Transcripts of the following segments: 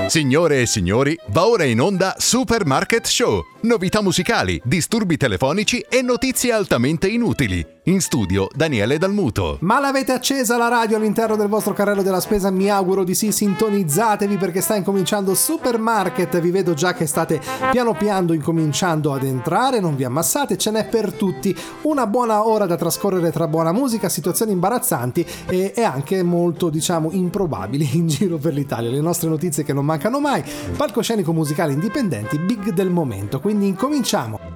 Signore e signori, va ora in onda Supermarket Show. Novità musicali, disturbi telefonici e notizie altamente inutili. In studio Daniele Dalmuto. Ma l'avete accesa la radio all'interno del vostro carrello della spesa? Mi auguro di sì, sintonizzatevi perché sta incominciando Supermarket. Vi vedo già che state piano piano incominciando ad entrare, non vi ammassate, ce n'è per tutti. Una buona ora da trascorrere tra buona musica, situazioni imbarazzanti e anche molto, diciamo, improbabili in giro per l'Italia. Le nostre notizie che non mancano mai, palcoscenico musicale indipendenti, big del momento. Quindi incominciamo.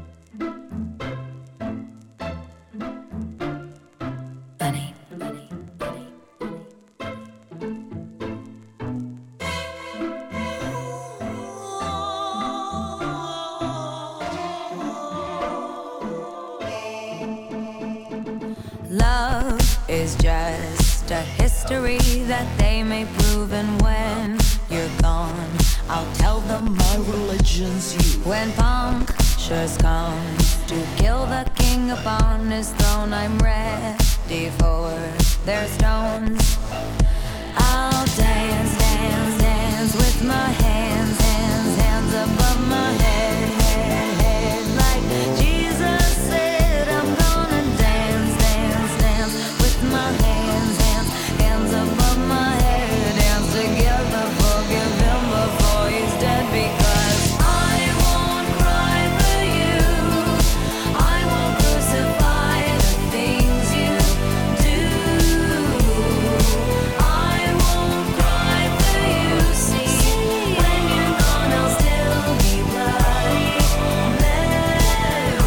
Love is just a history that they may prove, and when you're gone, I'll tell them my religion's you. When punctures come to kill the king upon his throne, I'm ready for their stones. I'll dance, dance, dance with my hands, hands, hands above my head, head, head, like Jesus said. I'm gonna dance, dance, dance with my hands, hands, hands above my head, dance together, forgive him before he's dead, because I won't cry for you, I won't crucify the things you do, I won't cry for you, see, when you're gone I'll still be bloody Mary.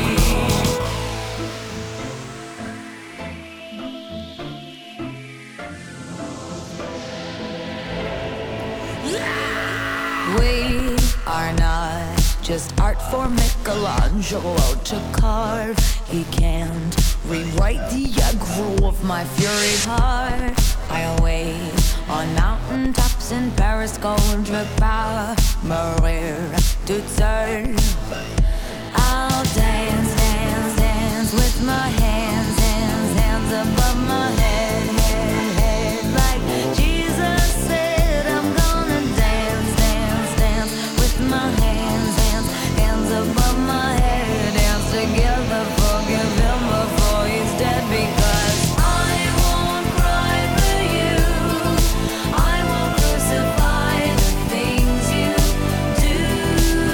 We are not just art for Michelangelo to carve. He can't rewrite the aggro of my fury heart. I wait on mountaintops in Paris, Gondra, Maria to serve. I'll dance, dance, dance with my hands, hands, hands above my head, head, head, like Jesus said. I'm gonna dance, dance, dance with my hands, hands, hands above my head, dance together, forgive him before he's dead, because I won't cry for you, I won't crucify the things you do,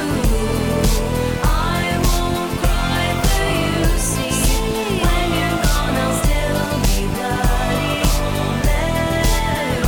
I won't cry for you, see, when you're gone I'll still be bloody Mary.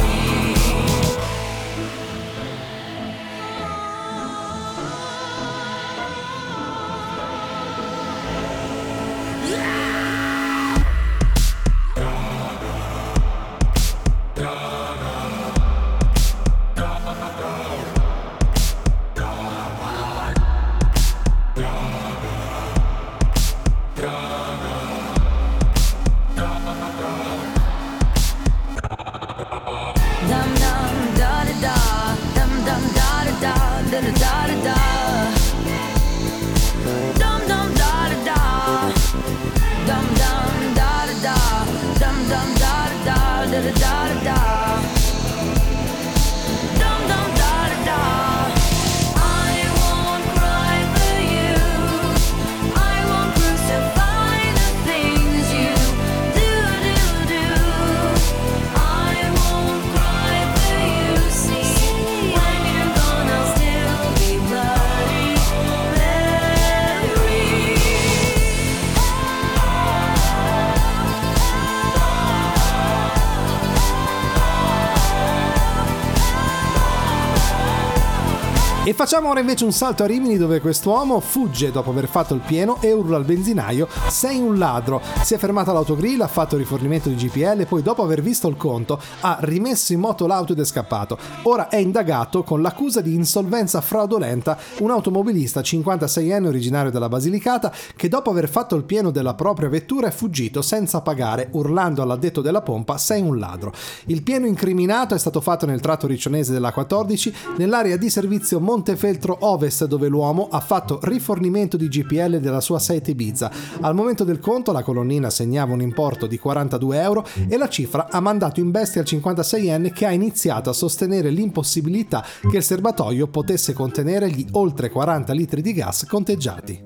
Dum dum da da da, dum dum da da da, da da da da da. Dum dum da da da, dum dum da da da, dum dum da da da, da da da da. Dum dum da da da. I won't cry for you, I won't crucify the things you do, do, do. I won't cry for you, see, when you're gone I'll still be bloody Mary. E facciamo ora invece un salto a Rimini, dove quest'uomo fugge dopo aver fatto il pieno e urla al benzinaio: sei un ladro. Si è fermato all'autogrill, ha fatto rifornimento di GPL e poi, dopo aver visto il conto, ha rimesso in moto l'auto ed è scappato. Ora è indagato con l'accusa di insolvenza fraudolenta un automobilista 56enne originario della Basilicata che, dopo aver fatto il pieno della propria vettura, è fuggito senza pagare, urlando all'addetto della pompa: sei un ladro. Il pieno incriminato è stato fatto nel tratto riccionese della 14, nell'area di servizio Montefeltro Ovest, dove l'uomo ha fatto rifornimento di GPL della sua site Ibiza. Al momento del conto la colonnina segnava un importo di 42 euro e la cifra ha mandato in bestia il 56enne, che ha iniziato a sostenere l'impossibilità che il serbatoio potesse contenere gli oltre 40 litri di gas conteggiati.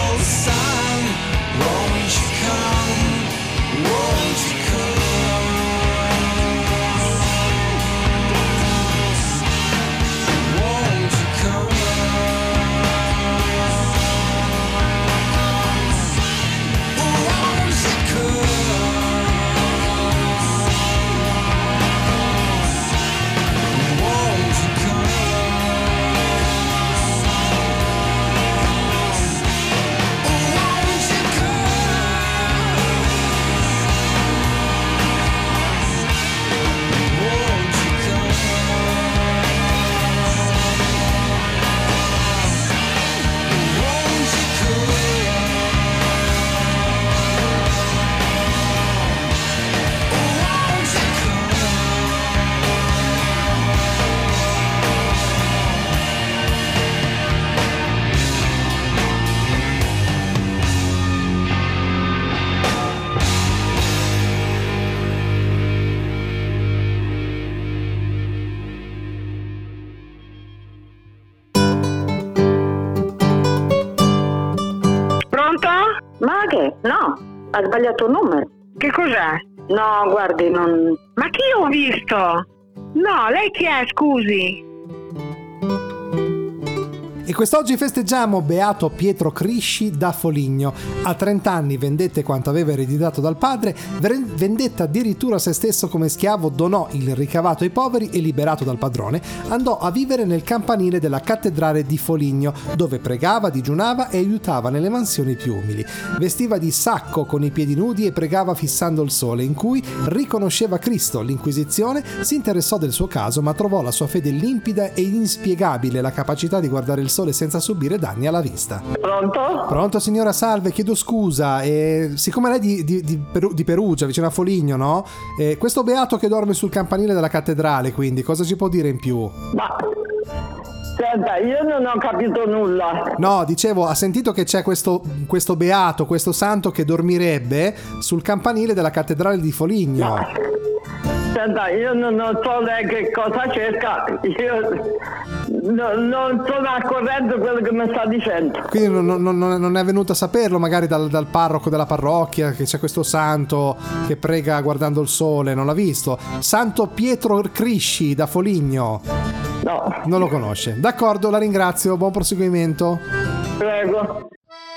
Won't you come? Ma che? No, ha sbagliato il numero. Che cos'è? No, guardi, non... Ma chi ho visto? No, lei chi è, scusi? E quest'oggi festeggiamo Beato Pietro Crisci da Foligno. A 30 anni vendette quanto aveva ereditato dal padre, vendette addirittura se stesso come schiavo, donò il ricavato ai poveri e, liberato dal padrone, andò a vivere nel campanile della cattedrale di Foligno, dove pregava, digiunava e aiutava nelle mansioni più umili. Vestiva di sacco con i piedi nudi e pregava fissando il sole, in cui riconosceva Cristo. L'Inquisizione si interessò del suo caso, ma trovò la sua fede limpida e inspiegabile, la capacità di guardare il sole senza subire danni alla vista. Pronto? Pronto, signora, salve, chiedo scusa, siccome lei di Perugia, vicino a Foligno, no? Questo beato che dorme sul campanile della cattedrale, quindi cosa ci può dire in più? Ma... Senta, io non ho capito nulla. No, dicevo, ha sentito che c'è questo beato, questo santo che dormirebbe sul campanile della cattedrale di Foligno. Ma... Senta, io non so lei che cosa cerca, io non sono al corrente di quello che mi sta dicendo. Quindi non è venuto a saperlo magari dal parroco della parrocchia che c'è questo santo che prega guardando il sole, non l'ha visto? Santo Pietro Crisci da Foligno. No. Non lo conosce. D'accordo, la ringrazio, buon proseguimento. Prego.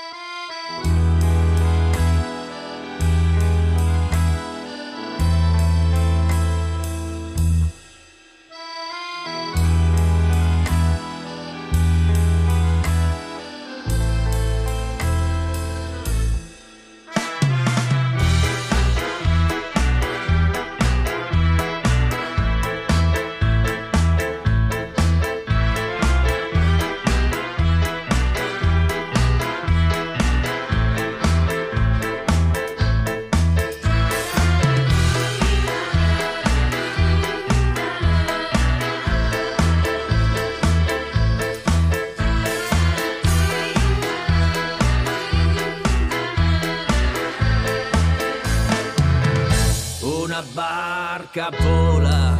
barca vola,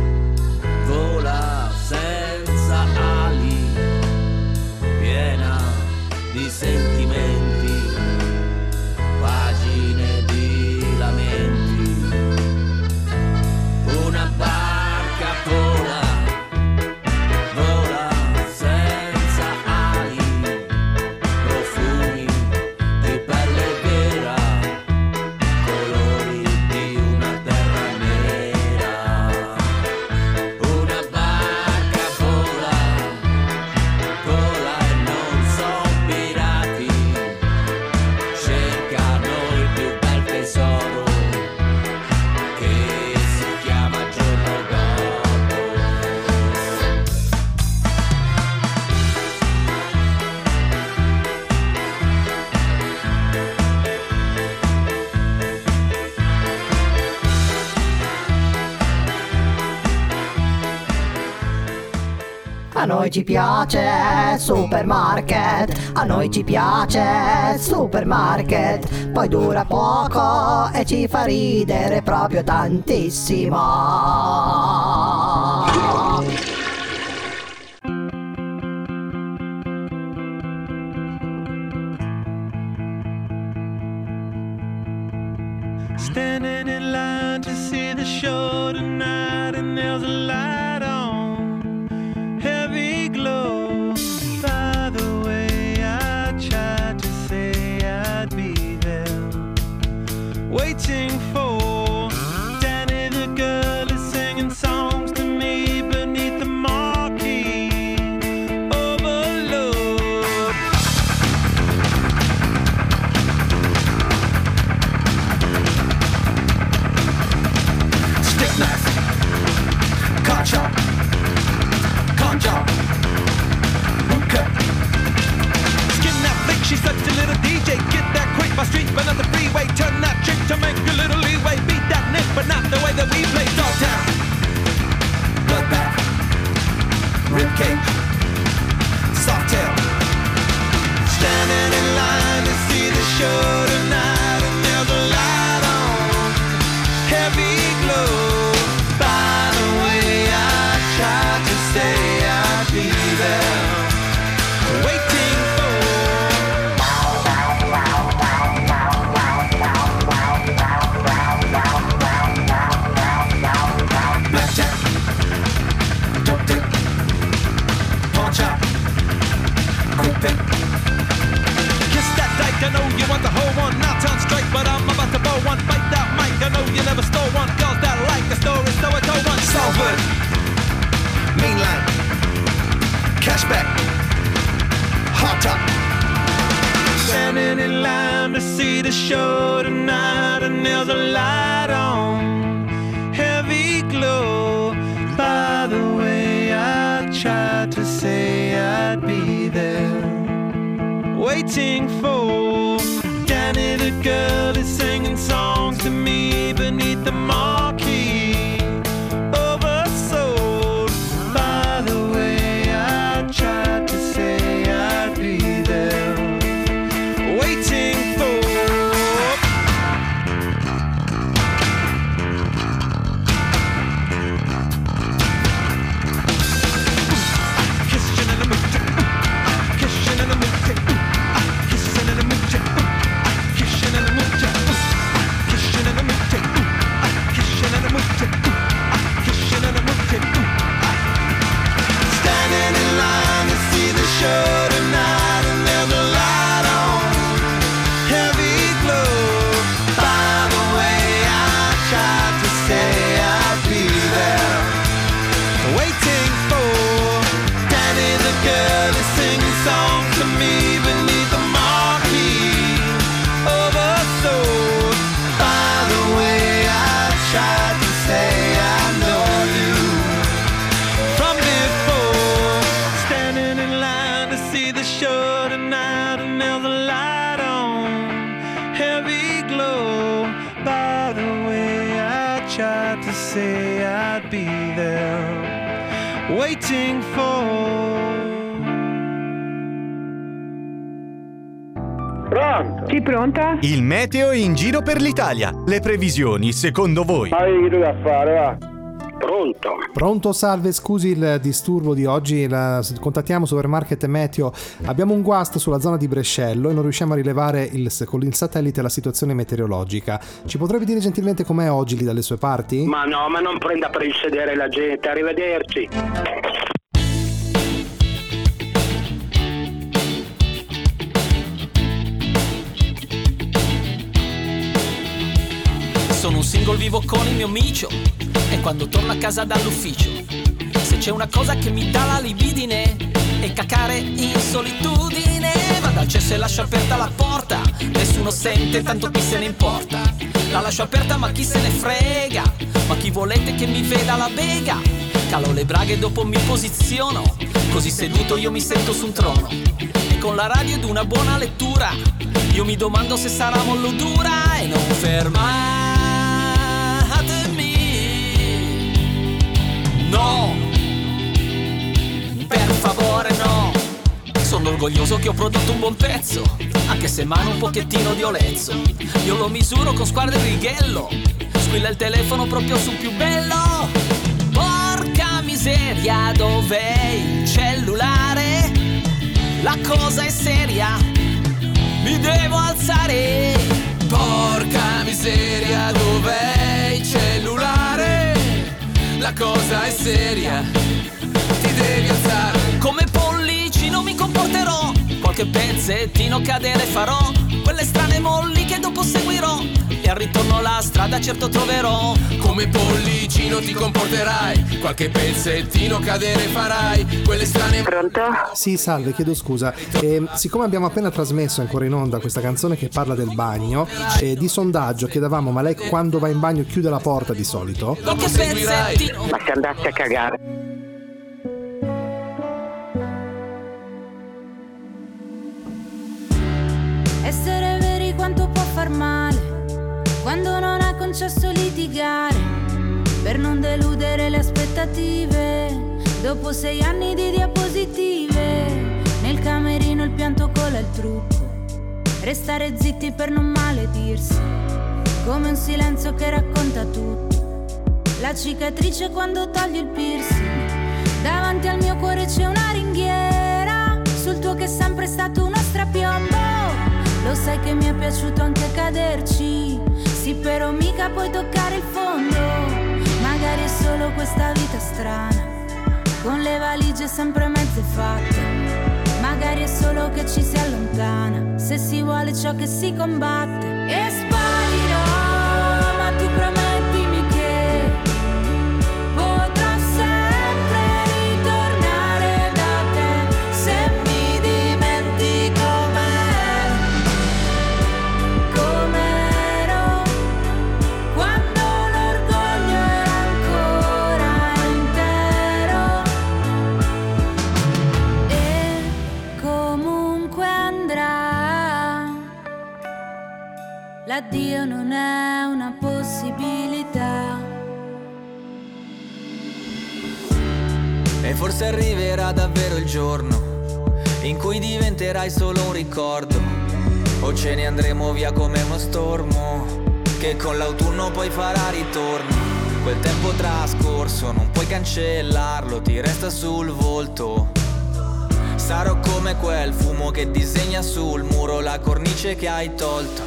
vola senza ali, piena di sentimenti, pagine di lamenti. Una barca vola, vola senza ali, profumi di pelle vera, colori di una terra nera. Una barca vola, vola e non son pirati, cercano il più bel tesoro che si chiama giorno dopo. A noi ci piace Supermarket, a noi ci piace Supermarket, poi dura poco e ci fa ridere proprio tantissimo. Standing in line to see the show tonight, and there's a light on, heavy glow. By the way, I tried to say I'd be there, waiting for Danny the girl is singing songs to me beneath the marquee overload. Stick knife, car chop, con job, hookah. Skin that flick, she's such a little DJ. Get that quick, my streets burn up the freeway. Turn that trick to make a little leeway. Beat that nick, but not the way that we play. Dogtown, bloodbath, ribcage, soft tail. Standing in line to see the show tonight, and there's a light on, heavy glow. By the way, I tried to say I'd be there, waiting for the show tonight, and there's a light on, heavy glow. By the way, I tried to say I'd be there, waiting for Danny the girl is singing songs to me beneath the marquee. Oversold. By the way, I tried to say I'd be there, waiting for. Waiting for. Pronto? Sì, pronta? Il meteo in giro per l'Italia. Le previsioni, secondo voi? Ma che da fare, va? Pronto? Pronto, salve, scusi il disturbo di oggi, contattiamo Supermarket Meteo. Abbiamo un guasto sulla zona di Brescello e non riusciamo a rilevare con il satellite la situazione meteorologica. Ci potrebbe dire gentilmente com'è oggi lì dalle sue parti? Ma no, ma non prenda per il sedere la gente, arrivederci. Sono un single vivo con il mio micio e quando torno a casa dall'ufficio, se c'è una cosa che mi dà la libidine è cacare in solitudine. Vado al cesso e lascio aperta la porta, nessuno sente, tanto chi se ne importa. La lascio aperta ma chi se ne frega, ma chi volete che mi veda la bega. Calo le braghe e dopo mi posiziono, così seduto io mi sento su un trono. E con la radio ed una buona lettura io mi domando se sarà mollo dura e non fermare. No, per favore no. Sono orgoglioso che ho prodotto un buon pezzo, anche se mano un pochettino di olezzo. Io lo misuro con sguardo e righello, squilla il telefono proprio sul più bello. Porca miseria, dov'è il cellulare? La cosa è seria, mi devo alzare. Porca miseria, dov'è il cellulare? La cosa è seria, ti devi alzare. Come Pollicino mi comporterò, qualche pezzettino cadere farò, quelle strane molli che dopo seguirò, e al ritorno la strada certo troverò. Come Pollicino ti comporterai, qualche pezzettino cadere farai, quelle strane. Pronto? Sì, salve, chiedo scusa. Siccome abbiamo appena trasmesso ancora in onda questa canzone che parla del bagno, di sondaggio chiedevamo, ma lei quando va in bagno chiude la porta di solito? Qualche pezzettino. Ma se andassi a cagare. Essere veri quanto può far male, quando non ha concesso litigare, per non deludere le aspettative, dopo 6 anni di diapositive, nel camerino il pianto cola il trucco, restare zitti per non maledirsi, come un silenzio che racconta tutto, la cicatrice quando togli il piercing, davanti al mio cuore c'è una ringhiera, sul tuo che è sempre stato uno strapiombo. Lo sai che mi è piaciuto anche caderci, sì però mica puoi toccare il fondo. Magari è solo questa vita strana, con le valigie sempre mezze fatte. Magari è solo che ci si allontana, se si vuole ciò che si combatte. E sparirò, ma tu promettimi che potrò sempre ritornare da te, se mi dimentico me. è una possibilità. E forse arriverà davvero il giorno in cui diventerai solo un ricordo, o ce ne andremo via come uno stormo che con l'autunno poi farà ritorno. Quel tempo trascorso non puoi cancellarlo, ti resta sul volto. Sarò come quel fumo che disegna sul muro la cornice che hai tolto.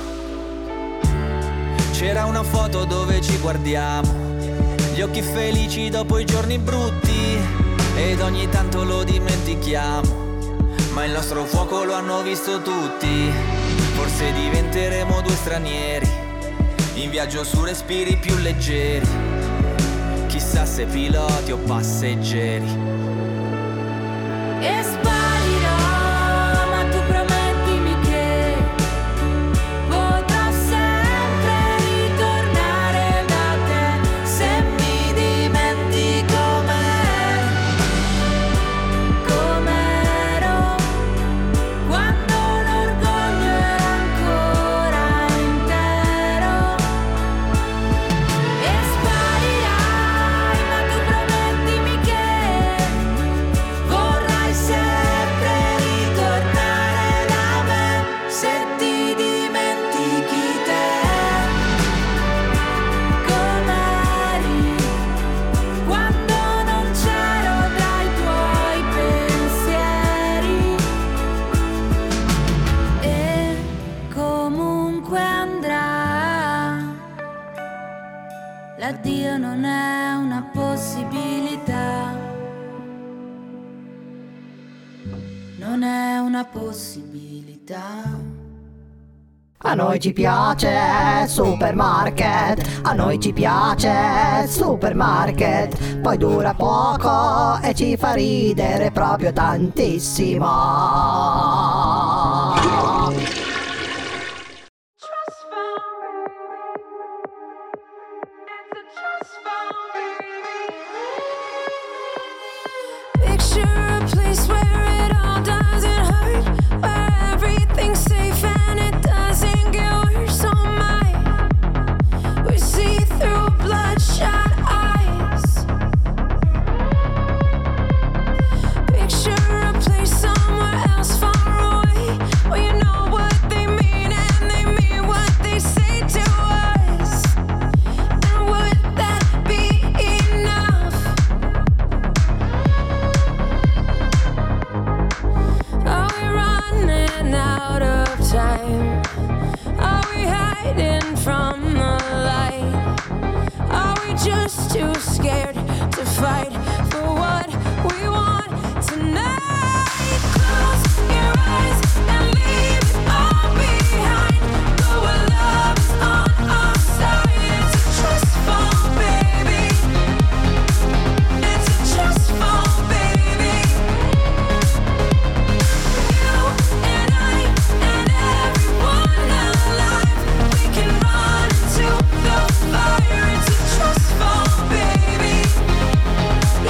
C'era una foto dove ci guardiamo, gli occhi felici dopo i giorni brutti, ed ogni tanto lo dimentichiamo, ma il nostro fuoco lo hanno visto tutti. Forse diventeremo due stranieri in viaggio su respiri più leggeri, chissà se piloti o passeggeri. E sparirò, ma tu promettimi che potrò sempre ritornare da te, se mi dimentico com'ero, quando l'orgoglio era ancora intero. E sparirai, ma tu promettimi che vorrai sempre ritornare da me, se ti dimentichi te com'eri, quando non c'ero tra i tuoi pensieri. E comunque andrà, l'addio non è una possibilità, non è una possibilità. A noi ci piace Supermarket, a noi ci piace Supermarket, poi dura poco e ci fa ridere proprio tantissimo. Picture a place where it all doesn't hurt, where everything's safe and it doesn't get worse. Oh my, we see through bloodshot eyes. Picture a place somewhere else far away, where you know what they mean and they mean what they say to us. And would that be enough? Are we running out of time? Are we hiding from the light? Are we just too scared to fight for what we want tonight? Close your eyes and leave it all behind. Go where love is on our side. It's a trust fall, baby. It's a trust fall, baby. You and I and everyone alive, we can run into the fire. It's a trust fall, baby.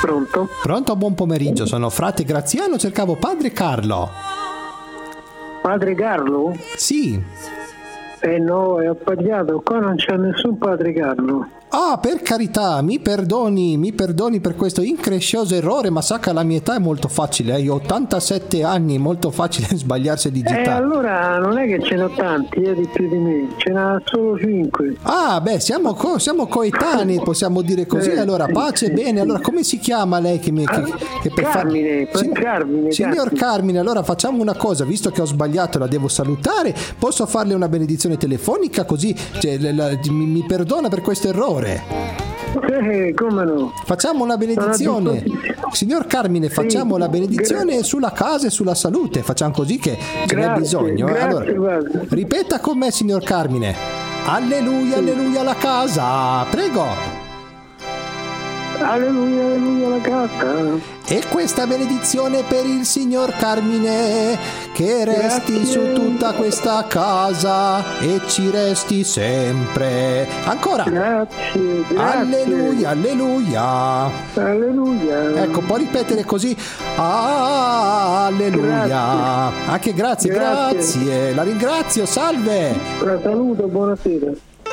Pronto? Pronto, buon pomeriggio, sono frate Graziano, cercavo padre Carlo. Padre Carlo? Sì. No, è appagliato, qua non c'è nessun padre Carlo. Ah, per carità, mi perdoni per questo increscioso errore, ma sa che la mia età è molto facile, io ho 87 anni, è molto facile sbagliarsi a digitare. Allora non è che ce n'ho tanti, di più di me, ce n'ha solo 5. Ah, beh, siamo coetanei, possiamo dire così, allora pace, bene, allora come si chiama lei che per Carmine, Carmine. Signor Carmine, allora facciamo una cosa, visto che ho sbagliato, la devo salutare, posso farle una benedizione telefonica così mi perdona per questo errore? Come no? Facciamo una benedizione, signor Carmine, facciamo la benedizione sulla casa e sulla salute, facciamo così che ce n'è bisogno. Grazie, allora, ripeta con me, signor Carmine. Alleluia, alleluia la casa, prego. Alleluia, alleluia la casa. E questa benedizione per il signor Carmine, che resti su tutta questa casa e ci resti sempre. Ancora. Grazie. Alleluia, alleluia. Alleluia. Ecco, può ripetere così. Alleluia. Grazie. Anche grazie. La ringrazio, salve. La saluto, buonasera.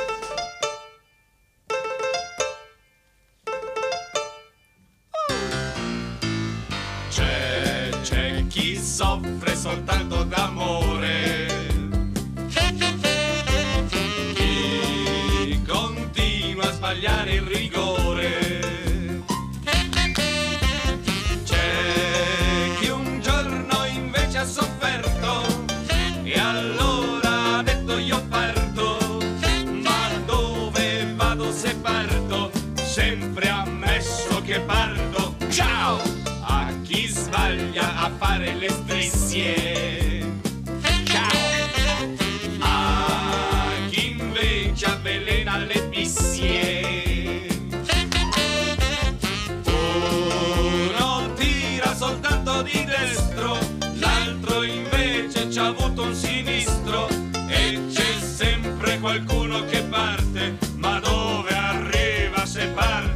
C'è chi soffre soltanto d'amore, chi continua a sbagliare il rigore, c'è chi un giorno invece ha sofferto e allora ha detto io parto, ma dove vado se parto, sempre ammesso che parto, ciao! Chi sbaglia a fare le strisce, ciao, a chi invece avvelena le pissie, uno tira soltanto di destro, l'altro invece c'ha avuto un sinistro e c'è sempre qualcuno che parte, ma dove arriva se parte?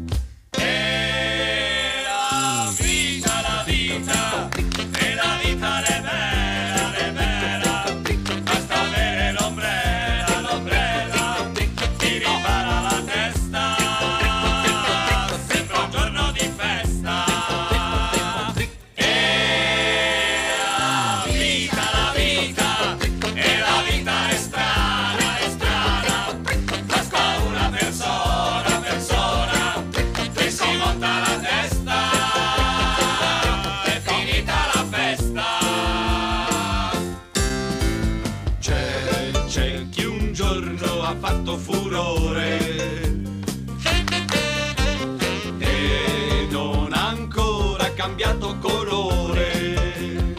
Fatto furore e non ha ancora cambiato colore,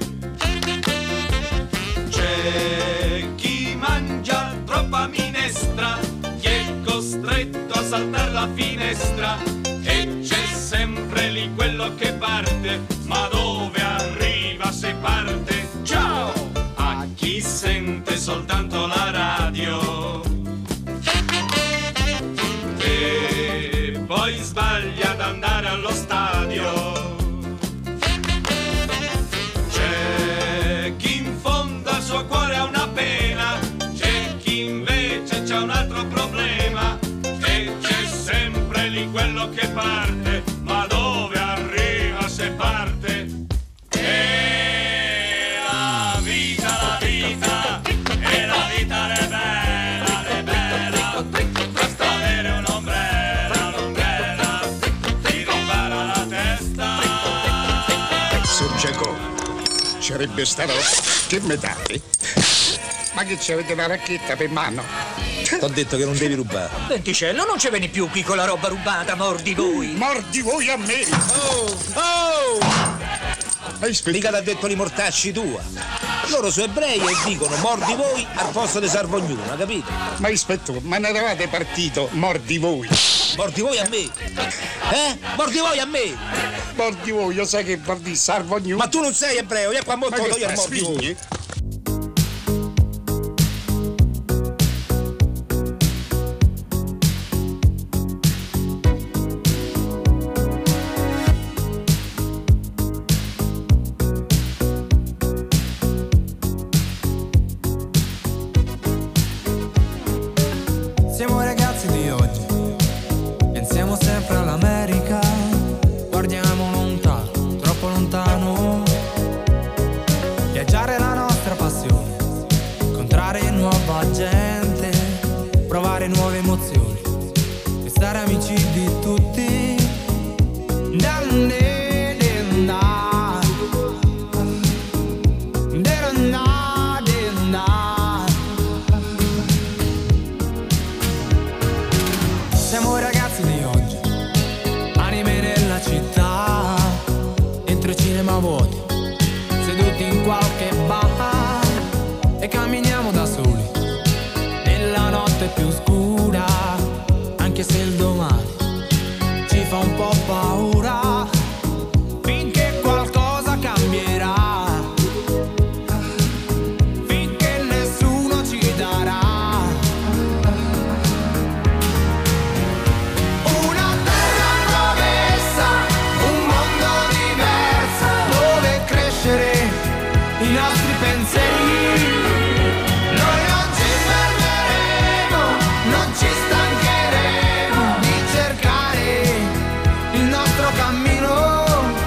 c'è chi mangia troppa minestra, chi è costretto a saltare la finestra e c'è sempre lì quello che parte, ma dove arriva se parte? Ciao! A chi sente soltanto la radio e poi sbaglia ad andare allo stadio, c'è chi in fondo al suo cuore ha una pena, c'è chi invece c'ha un altro problema e c'è sempre lì quello che parte, ma dove arriva se parte? E la vita è bella, basta avere un'ombrella, ti ripara la testa. Surgeco, sarebbe sta roba, che me date? Ma che c'avete una racchetta per mano? T'ho detto che non devi rubare. Venticello, non ci vieni più qui con la roba rubata, mordi voi. Mordi voi a me! Oh! Mica t'ha detto li mortacci tua. Loro sono ebrei e dicono mordi voi al posto di salvo ognuno, capito? Ma ispettore, ma ne eravate partito, mordi voi! Mordi voi a me? Mordi voi a me? Mordi voi, io sai che mordi salvo ognuno. Ma tu non sei ebreo, io qua molto io mordi voi. restare amici di tutti. Siamo ragazzi di oggi, anime nella città, dentro i cinema vuoti, seduti in qualche bar, e camminiamo da soli nella notte più scura, anche se il domani ci fa un po' paura, finché qualcosa cambierà, finché nessuno ci darà una terra promessa, un mondo diverso, dove crescere i nostri pensieri. Noi non ci fermeremo, non ci stancheremo di cercare il nostro cammino.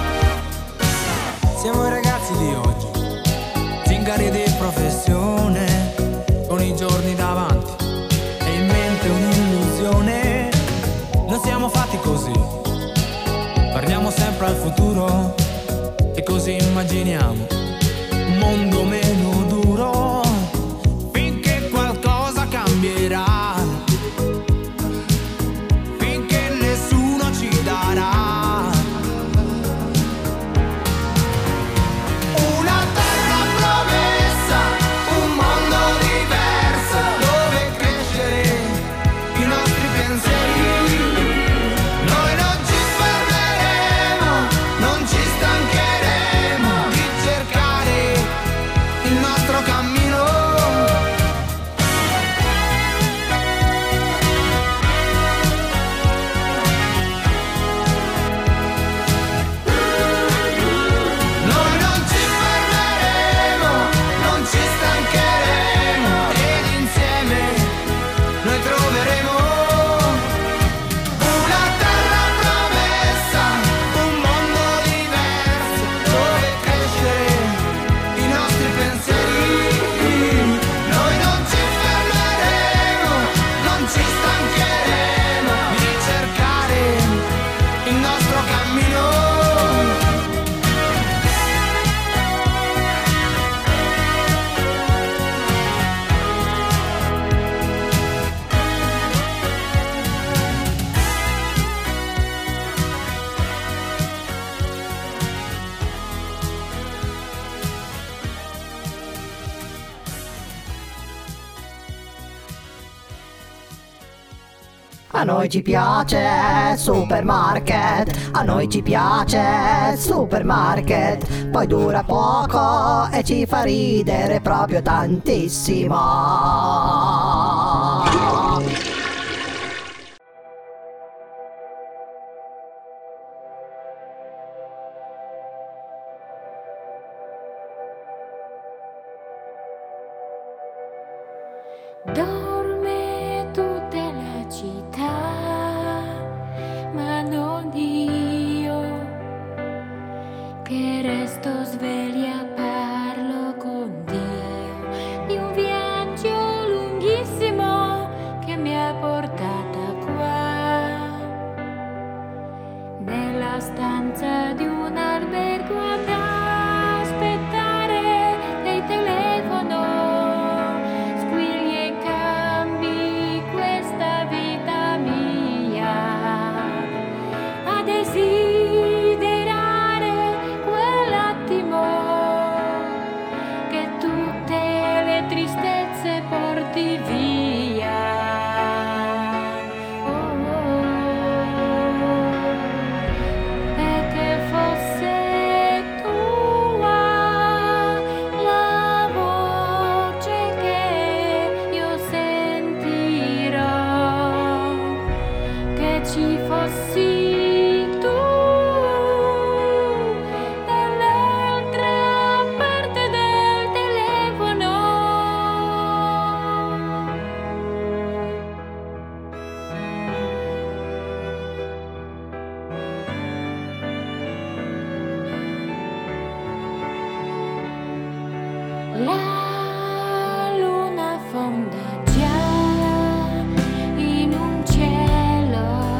Siamo i ragazzi di oggi, zingari di professione, con i giorni davanti e in mente un'illusione. Non siamo fatti così, guardiamo sempre al futuro e così immaginiamo un mondo meno duro, finché qualcosa cambierà, finché nessuno ci darà una terra promessa, un mondo diverso, dove crescere i nostri pensieri. Noi non ci fermeremo, non ci stancheremo di cercare il nostro cammino. Noi non ci fermeremo, non ci stancheremo, ed insieme noi troveremo una terra promessa, un mondo diverso, dove crescere i nostri pensieri. Noi non ci fermeremo, non ci stancheremo di cercare il nostro cammino. A noi ci piace Supermarket, a noi ci piace Supermarket, poi dura poco e ci fa ridere proprio tantissimo. Dorme tutta la città, ma non io, che resto sveglia, parlo con Dio di un viaggio lunghissimo che mi ha portata qua, nella stanza di un albergo ad aspettare il telefono. Squilli e cambi questa vita mia, a desiderare quell'attimo che tutte le tristezze porti via. E che fosse tua la voce che io sentirò, che ci fossi tu dall'altra parte del telefono. La luna fonda già in un cielo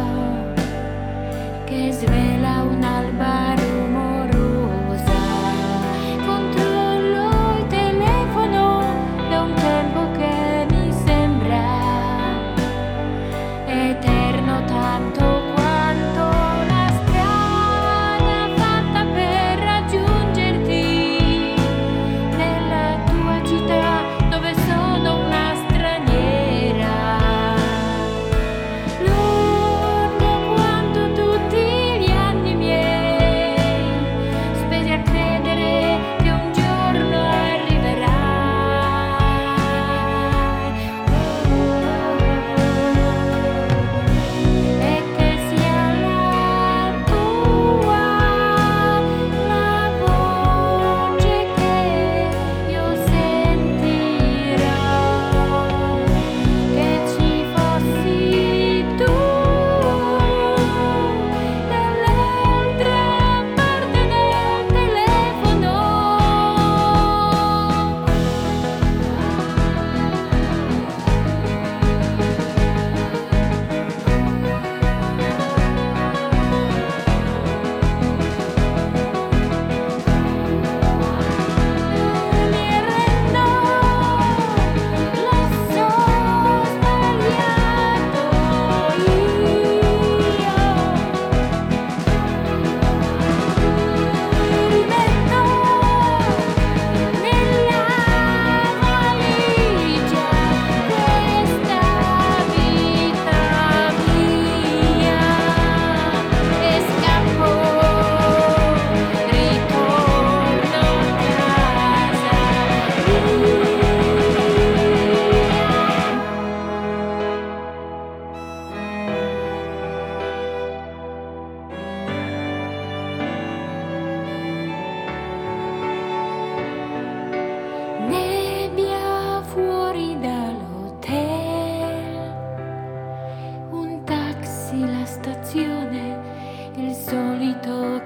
passi la stazione, il solito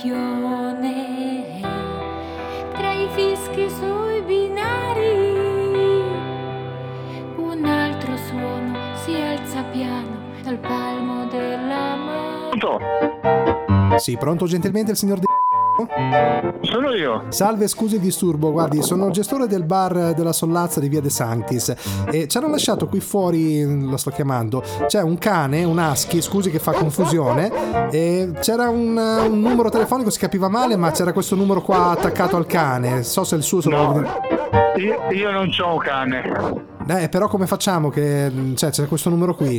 copione, tra i fischi sui binari, un altro suono si alza piano dal palmo della mano. Sì, pronto gentilmente il signor Sono io. Salve, scusi il disturbo, guardi, sono il gestore del bar della Sollazza di Via De Sanctis e ci hanno lasciato qui fuori, lo sto chiamando, c'è un cane, un husky, scusi che fa confusione, e c'era un numero telefonico, si capiva male, ma c'era questo numero qua attaccato al cane, so se è il suo, se lo vuole vedere. Io non c'ho un cane. Però come facciamo che c'è questo numero qui?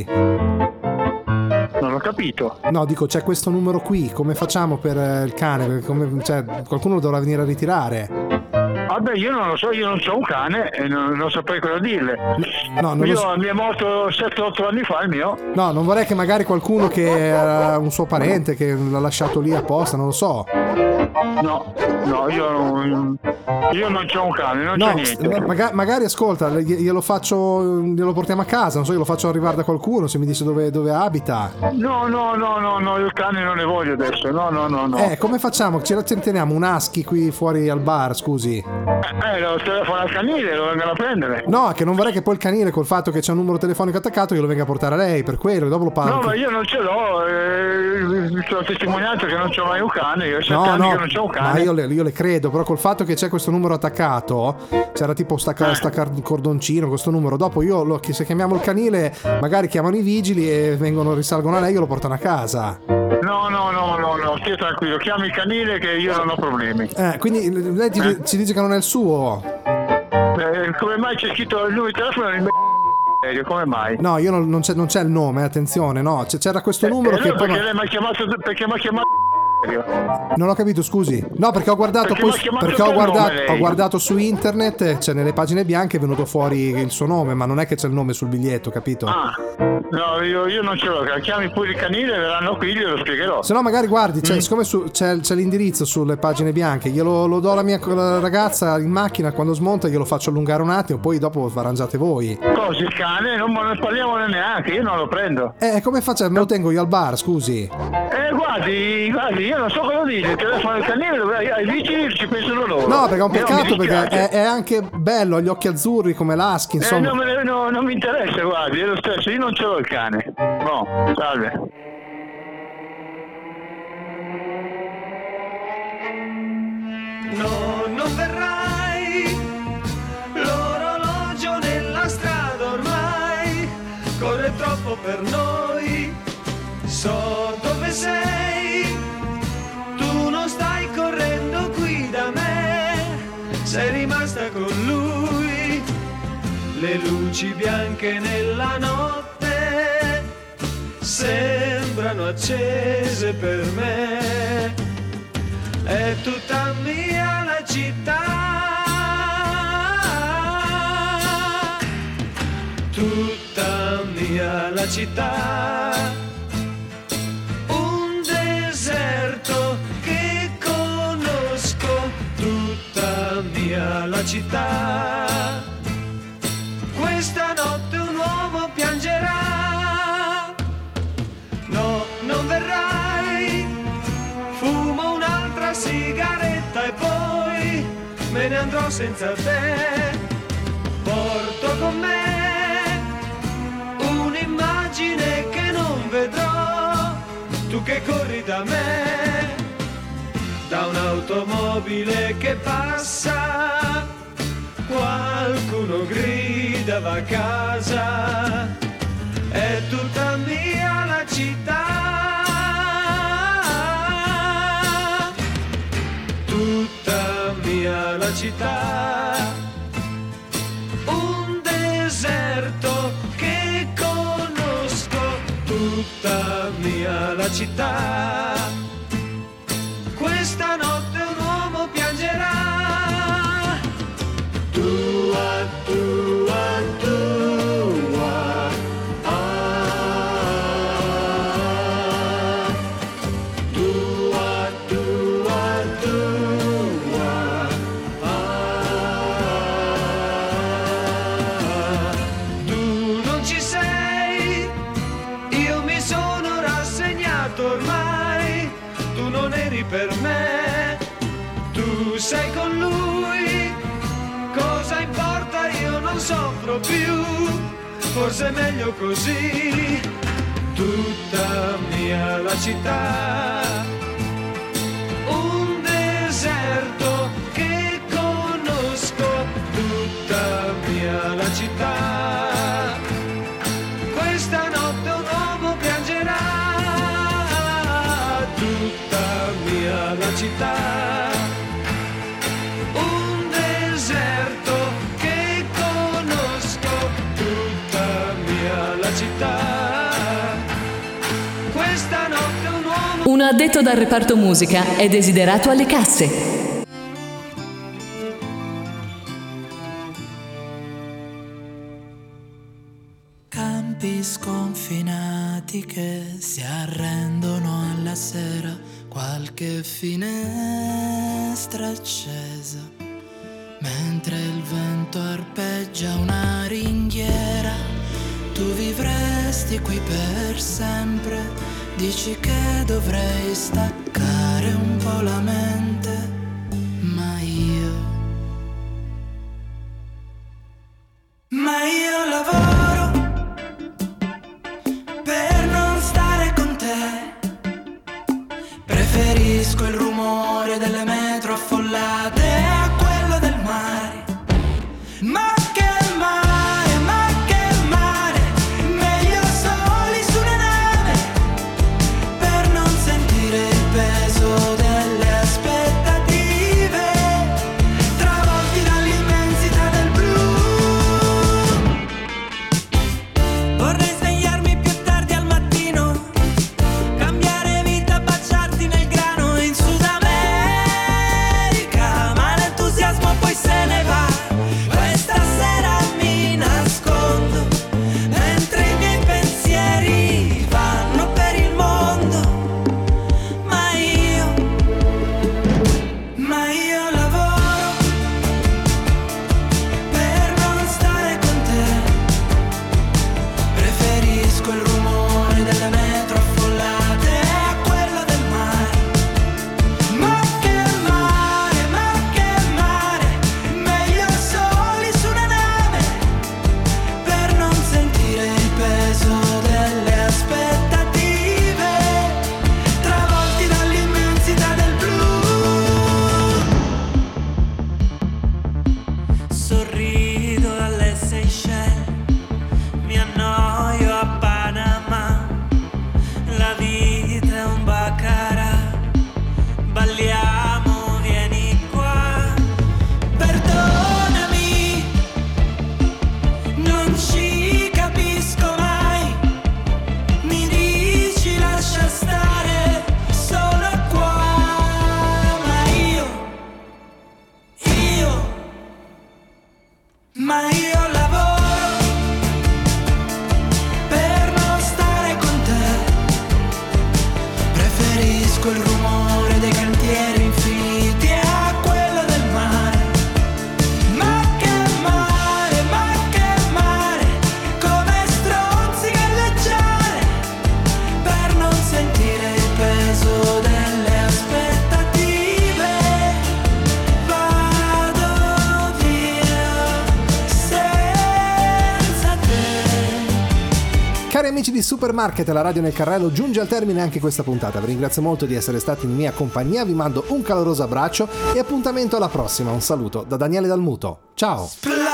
Non ho capito. No, dico, c'è questo numero qui, come facciamo per il cane? Qualcuno lo dovrà venire a ritirare. Vabbè, io non lo so, io non c'ho un cane e non saprei cosa dirle. No, non io lo so. mi è morto 7-8 anni fa il mio. No, non vorrei che magari qualcuno che era un suo parente che l'ha lasciato lì apposta, non lo so. No, io non c'ho un cane, non c'è niente. Magari ascolta, glielo portiamo a casa, non so, glielo faccio arrivare da qualcuno se mi dice dove abita. No, il cane non ne voglio adesso, no. Come facciamo? Ce la teniamo un husky qui fuori al bar, scusi. Lo telefono al canile, lo vengano a prendere. No, che non vorrei che poi il canile, col fatto che c'è un numero telefonico attaccato, glielo venga a portare a lei, per quello, dopo lo pago. No, ma io non ce l'ho, sono testimonianza che non c'ho mai un cane, io ho 7 anni che non c'ho un cane. Ma io le credo, però col fatto che c'è questo numero attaccato, c'era tipo sta cordoncino, questo numero, dopo se chiamiamo il canile, magari chiamano i vigili e risalgono a lei e lo portano a casa. No, stia tranquillo, chiami il canile che io non ho problemi. Quindi lei ci dice che non è il suo. Come mai c'è scritto il numero di telefono in come mai? No, io non c'è il nome, attenzione, no, c'era questo numero che perché lei mi ha chiamato, non ho capito, scusi. No, perché ho guardato ho guardato su internet, cioè nelle pagine bianche è venuto fuori il suo nome, ma non è che c'è il nome sul biglietto, capito? No, io non ce l'ho, chiami pure il canile, verranno qui, glielo spiegherò. Se no magari guardi, siccome c'è l'indirizzo sulle pagine bianche, lo do alla mia ragazza in macchina, quando smonta glielo faccio allungare un attimo, poi dopo arrangiate voi. Cosa, il cane? Non parliamone neanche, io non lo prendo. Come faccio? Me lo tengo io al bar, scusi. Guardi, io non so cosa dire, il telefono del canile, ai vigili ci pensano loro. No, perché è un peccato, perché è anche bello, ha gli occhi azzurri come l'husky, insomma. Non mi interessa, guardi, è lo stesso, io non ce l'ho il cane. No, salve. No, non verrai, l'orologio nella strada ormai corre troppo per noi, so dove sei, tu non stai correndo qui da me, sei rimasta con lui, le luci bianche nella notte sembrano accese per me, è tutta mia la città, tutta mia la città, un deserto che conosco, tutta mia la città, questa notte un uomo piangerà, no, non verrai, fumo un'altra sigaretta e poi me ne andrò senza te, porto con me un'immagine che non vedrò, tu che corri da me, da un'automobile che passa, qualcuno grida va a casa, è tutta mia la città, tutta mia la città, un deserto che conosco, tutta mia la città, questa notte un uomo piangerà, tua, tua, tua, tua, tua, tua, tu non ci sei, io mi sono tanto ormai tu non eri per me, tu sei con lui, cosa importa, io non soffro più, forse è meglio così, tutta mia la città, un deserto che conosco, tutta mia la città, questa notte un uomo piangerà, tutta mia la città, un deserto che conosco, tutta mia la città, questa notte un uomo. Un addetto dal reparto musica è desiderato alle casse. Campi sconfinati che si arrendono alla sera, qualche finestra accesa, mentre il vento arpeggia una ringhiera. Tu vivresti qui per sempre, dici che dovrei staccare un po' la mente, ma io lavoro per non stare con te, preferisco il rumore delle metro affollate a quello del mare. Ma che mare, meglio soli su una nave, per non sentire il peso delle aspettative, travolti dall'immensità del blu. Vorrei svegliarmi più tardi al mattino, cambiare vita, baciarti nel grano in Sud America, ma l'entusiasmo poi se ne va. Questa sera mi nascondo, mentre i miei pensieri vanno per il mondo, ma io lavoro per non stare con te, preferisco il rumore delle metro affollate a quello del mare. Ma che mare, meglio soli su una nave, per non sentire il peso delle aspettative, travolti dall'immensità del blu. Sorrido alle Seychelles, mi annoio a Panama, la vita è un baccarat, balliamo, vieni qua, perdonami, non ci capisco mai, mi dici lascia stare, sono qua, ma io lavoro per non stare con te, preferisco il rumore dei cantieri infiniti a quello del mare. Ma che mare, come stronzi galleggiare, per non sentire il peso delle aspettative, vado via senza te. Cari amici di Supermarket, la radio nel carrello giunge al termine anche questa puntata. Vi ringrazio molto di essere stati in mia compagnia, vi mando un caloroso abbraccio e appuntamento alla prossima. Un saluto da Daniele Dalmuto. Ciao!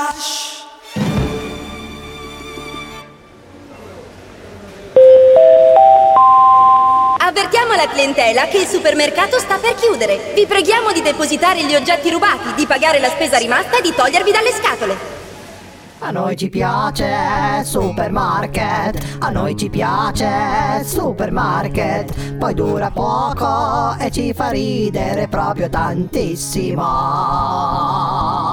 Avvertiamo la clientela che il supermercato sta per chiudere. Vi preghiamo di depositare gli oggetti rubati, di pagare la spesa rimasta e di togliervi dalle scatole. A noi ci piace Supermarket, a noi ci piace Supermarket, poi dura poco e ci fa ridere proprio tantissimo.